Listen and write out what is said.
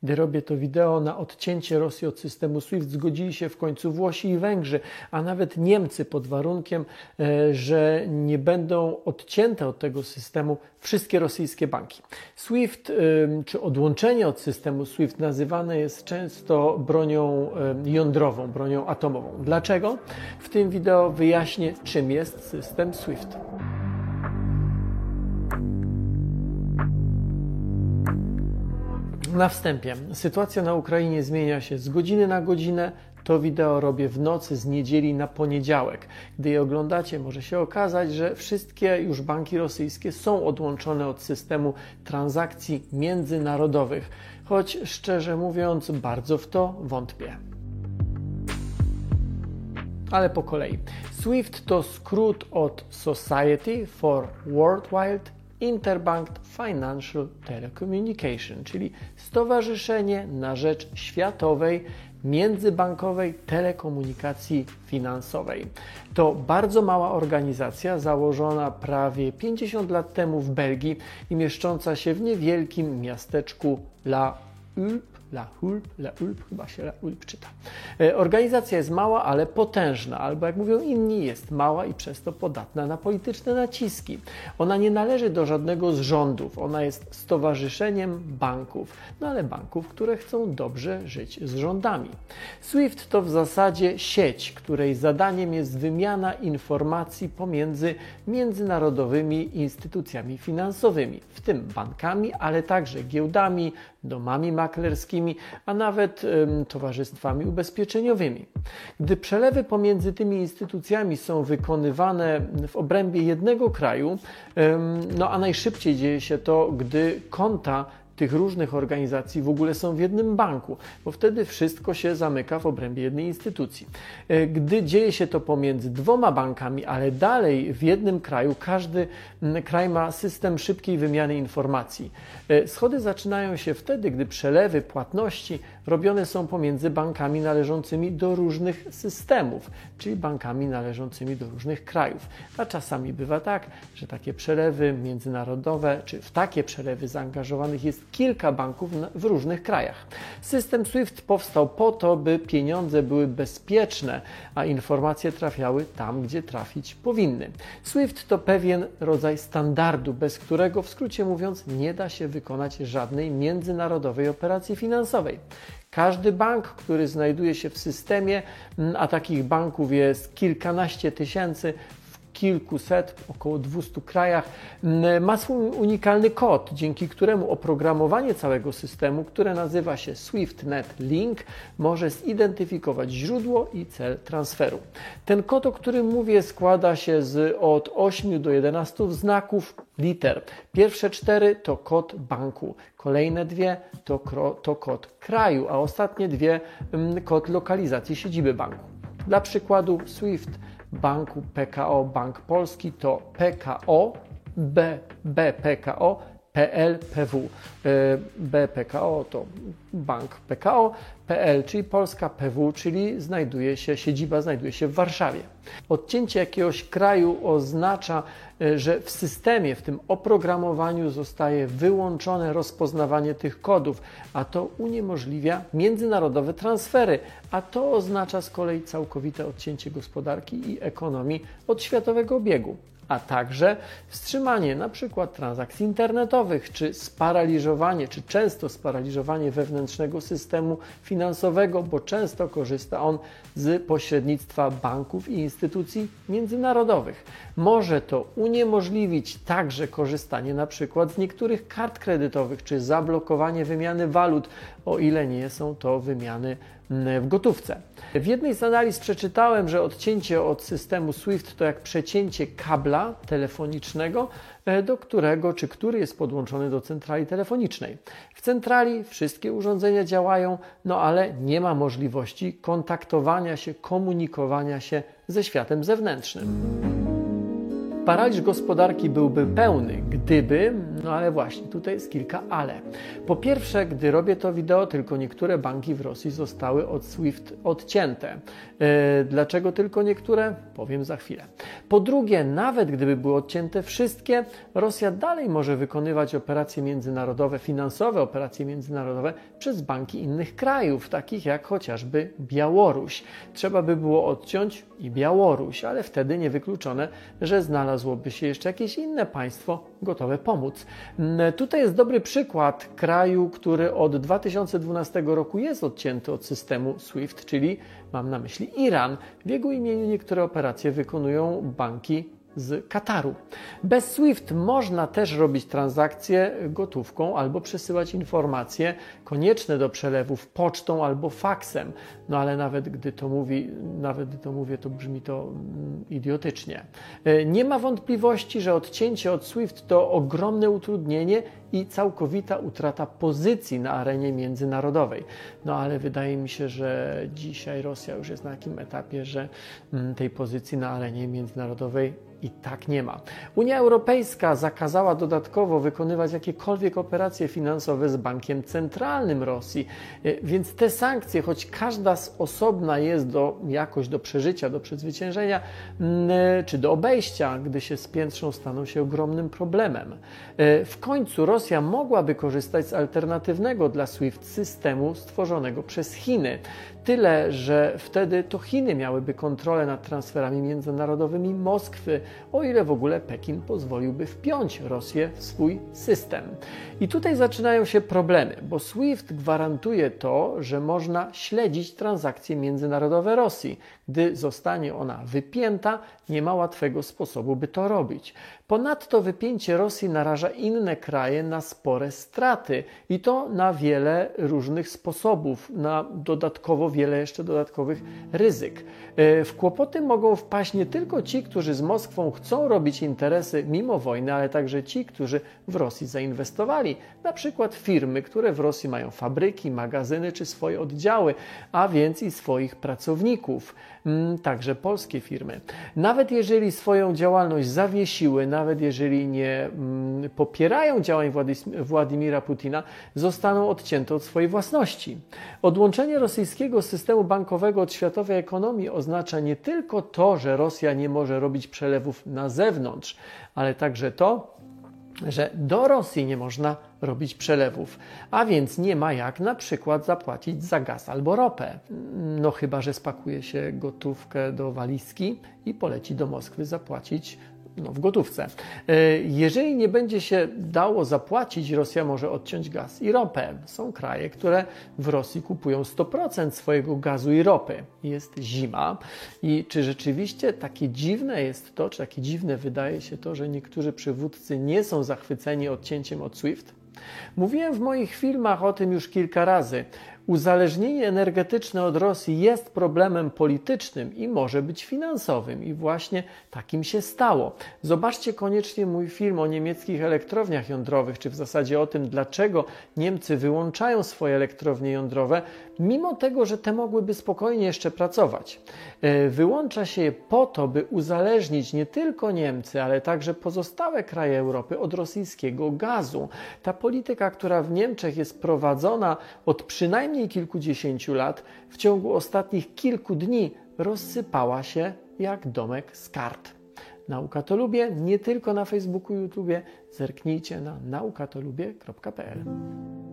Gdy robię to wideo, na odcięcie Rosji od systemu SWIFT zgodzili się w końcu Włosi i Węgrzy, a nawet Niemcy pod warunkiem, że nie będą odcięte od tego systemu wszystkie rosyjskie banki. SWIFT, czy odłączenie od systemu SWIFT nazywane jest często bronią jądrową, bronią atomową. Dlaczego? W tym wideo wyjaśnię, czym jest system SWIFT. Na wstępie, sytuacja na Ukrainie zmienia się z godziny na godzinę. To wideo robię w nocy z niedzieli na poniedziałek. Gdy je oglądacie, może się okazać, że wszystkie już banki rosyjskie są odłączone od systemu transakcji międzynarodowych, choć szczerze mówiąc bardzo w to wątpię. Ale po kolei. SWIFT to skrót od Society for Worldwide Interbank Financial Telecommunication, czyli Stowarzyszenie na rzecz Światowej Międzybankowej Telekomunikacji Finansowej. To bardzo mała organizacja założona prawie 50 lat temu w Belgii i mieszcząca się w niewielkim miasteczku La Hulpe, chyba się La Hulpe czyta. Organizacja jest mała, ale potężna, albo jak mówią inni, jest mała i przez to podatna na polityczne naciski. Ona nie należy do żadnego z rządów, ona jest stowarzyszeniem banków, no ale banków, które chcą dobrze żyć z rządami. SWIFT to w zasadzie sieć, której zadaniem jest wymiana informacji pomiędzy międzynarodowymi instytucjami finansowymi, w tym bankami, ale także giełdami, domami maklerskimi, a nawet towarzystwami ubezpieczeniowymi. Gdy przelewy pomiędzy tymi instytucjami są wykonywane w obrębie jednego kraju, a najszybciej dzieje się to, gdy konta tych różnych organizacji w ogóle są w jednym banku, bo wtedy wszystko się zamyka w obrębie jednej instytucji. Gdy dzieje się to pomiędzy dwoma bankami, ale dalej w jednym kraju, każdy kraj ma system szybkiej wymiany informacji. Schody zaczynają się wtedy, gdy przelewy płatności robione są pomiędzy bankami należącymi do różnych systemów, czyli bankami należącymi do różnych krajów. A czasami bywa tak, że takie przelewy międzynarodowe, czy w takie przelewy zaangażowanych jest kilka banków w różnych krajach. System SWIFT powstał po to, by pieniądze były bezpieczne, a informacje trafiały tam, gdzie trafić powinny. SWIFT to pewien rodzaj standardu, bez którego, w skrócie mówiąc, nie da się wykonać żadnej międzynarodowej operacji finansowej. Każdy bank, który znajduje się w systemie, a takich banków jest kilkanaście tysięcy, kilkuset, około 200 krajach, ma swój unikalny kod, dzięki któremu oprogramowanie całego systemu, które nazywa się SwiftNet Link, może zidentyfikować źródło i cel transferu. Ten kod, o którym mówię, składa się od 8 do 11 znaków liter. Pierwsze 4 to kod banku, kolejne 2 to kod kraju, a ostatnie 2 kod lokalizacji siedziby banku. Dla przykładu SWIFT Banku PKO Bank Polski to PKO, BPKO, PLPW. BPKO to Bank PKO, PL, czyli Polska, PW, czyli siedziba znajduje się w Warszawie. Odcięcie jakiegoś kraju oznacza, że w systemie, w tym oprogramowaniu zostaje wyłączone rozpoznawanie tych kodów, a to uniemożliwia międzynarodowe transfery, a to oznacza z kolei całkowite odcięcie gospodarki i ekonomii od światowego obiegu, a także wstrzymanie np. transakcji internetowych, czy sparaliżowanie, czy często sparaliżowanie wewnętrznego systemu finansowego, bo często korzysta on z pośrednictwa banków i instytucji międzynarodowych. Może to uniemożliwić także korzystanie np. z niektórych kart kredytowych, czy zablokowanie wymiany walut, o ile nie są to wymiany w gotówce. W jednej z analiz przeczytałem, że odcięcie od systemu SWIFT to jak przecięcie kabla telefonicznego, który jest podłączony do centrali telefonicznej. W centrali wszystkie urządzenia działają, ale nie ma możliwości kontaktowania się, komunikowania się ze światem zewnętrznym. Paraliż gospodarki byłby pełny, gdyby, no ale właśnie, tutaj jest kilka ale. Po pierwsze, gdy robię to wideo, tylko niektóre banki w Rosji zostały od SWIFT odcięte. Dlaczego tylko niektóre? Powiem za chwilę. Po drugie, nawet gdyby były odcięte wszystkie, Rosja dalej może wykonywać operacje międzynarodowe, finansowe operacje międzynarodowe przez banki innych krajów, takich jak chociażby Białoruś. Trzeba by było odciąć i Białoruś, ale wtedy niewykluczone, że znalazłoby się jeszcze jakieś inne państwo gotowe pomóc. Tutaj jest dobry przykład kraju, który od 2012 roku jest odcięty od systemu SWIFT, czyli mam na myśli Iran. W jego imieniu niektóre operacje wykonują banki z Kataru. Bez SWIFT można też robić transakcje gotówką albo przesyłać informacje konieczne do przelewów pocztą albo faksem. No ale nawet gdy to mówię, to brzmi to idiotycznie. Nie ma wątpliwości, że odcięcie od SWIFT to ogromne utrudnienie i całkowita utrata pozycji na arenie międzynarodowej. No ale wydaje mi się, że dzisiaj Rosja już jest na takim etapie, że tej pozycji na arenie międzynarodowej i tak nie ma. Unia Europejska zakazała dodatkowo wykonywać jakiekolwiek operacje finansowe z bankiem centralnym Rosji, więc te sankcje, choć każda z osobna jest jakoś do przeżycia, do przezwyciężenia czy do obejścia, gdy się spiętrzą, staną się ogromnym problemem. W końcu Rosja mogłaby korzystać z alternatywnego dla SWIFT systemu stworzonego przez Chiny. Tyle, że wtedy to Chiny miałyby kontrolę nad transferami międzynarodowymi Moskwy, o ile w ogóle Pekin pozwoliłby wpiąć Rosję w swój system. I tutaj zaczynają się problemy, bo SWIFT gwarantuje to, że można śledzić transakcje międzynarodowe Rosji. Gdy zostanie ona wypięta, nie ma łatwego sposobu, by to robić. Ponadto wypięcie Rosji naraża inne kraje na spore straty i to na wiele różnych sposobów, na wiele jeszcze dodatkowych ryzyk. W kłopoty mogą wpaść nie tylko ci, którzy z Moskwą chcą robić interesy mimo wojny, ale także ci, którzy w Rosji zainwestowali. Na przykład firmy, które w Rosji mają fabryki, magazyny czy swoje oddziały, a więc i swoich pracowników. Także polskie firmy. Nawet jeżeli swoją działalność zawiesiły, nawet jeżeli nie popierają działań Władimira Putina, zostaną odcięte od swojej własności. Odłączenie rosyjskiego systemu bankowego od światowej ekonomii oznacza nie tylko to, że Rosja nie może robić przelewów na zewnątrz, ale także to, że do Rosji nie można robić przelewów, a więc nie ma jak na przykład zapłacić za gaz albo ropę. No chyba że spakuje się gotówkę do walizki i poleci do Moskwy zapłacić w gotówce. Jeżeli nie będzie się dało zapłacić, Rosja może odciąć gaz i ropę. Są kraje, które w Rosji kupują 100% swojego gazu i ropy. Jest zima i czy rzeczywiście takie dziwne jest to, czy takie dziwne wydaje się to, że niektórzy przywódcy nie są zachwyceni odcięciem od SWIFT? Mówiłem w moich filmach o tym już kilka razy. Uzależnienie energetyczne od Rosji jest problemem politycznym i może być finansowym i właśnie takim się stało. Zobaczcie koniecznie mój film o niemieckich elektrowniach jądrowych, czy w zasadzie o tym, dlaczego Niemcy wyłączają swoje elektrownie jądrowe, mimo tego, że te mogłyby spokojnie jeszcze pracować. Wyłącza się je po to, by uzależnić nie tylko Niemcy, ale także pozostałe kraje Europy od rosyjskiego gazu. Ta polityka, która w Niemczech jest prowadzona od przynajmniej kilkudziesięciu lat, w ciągu ostatnich kilku dni rozsypała się jak domek z kart. Nauka to lubię, nie tylko na Facebooku i YouTubie. Zerknijcie na naukatolubię.pl.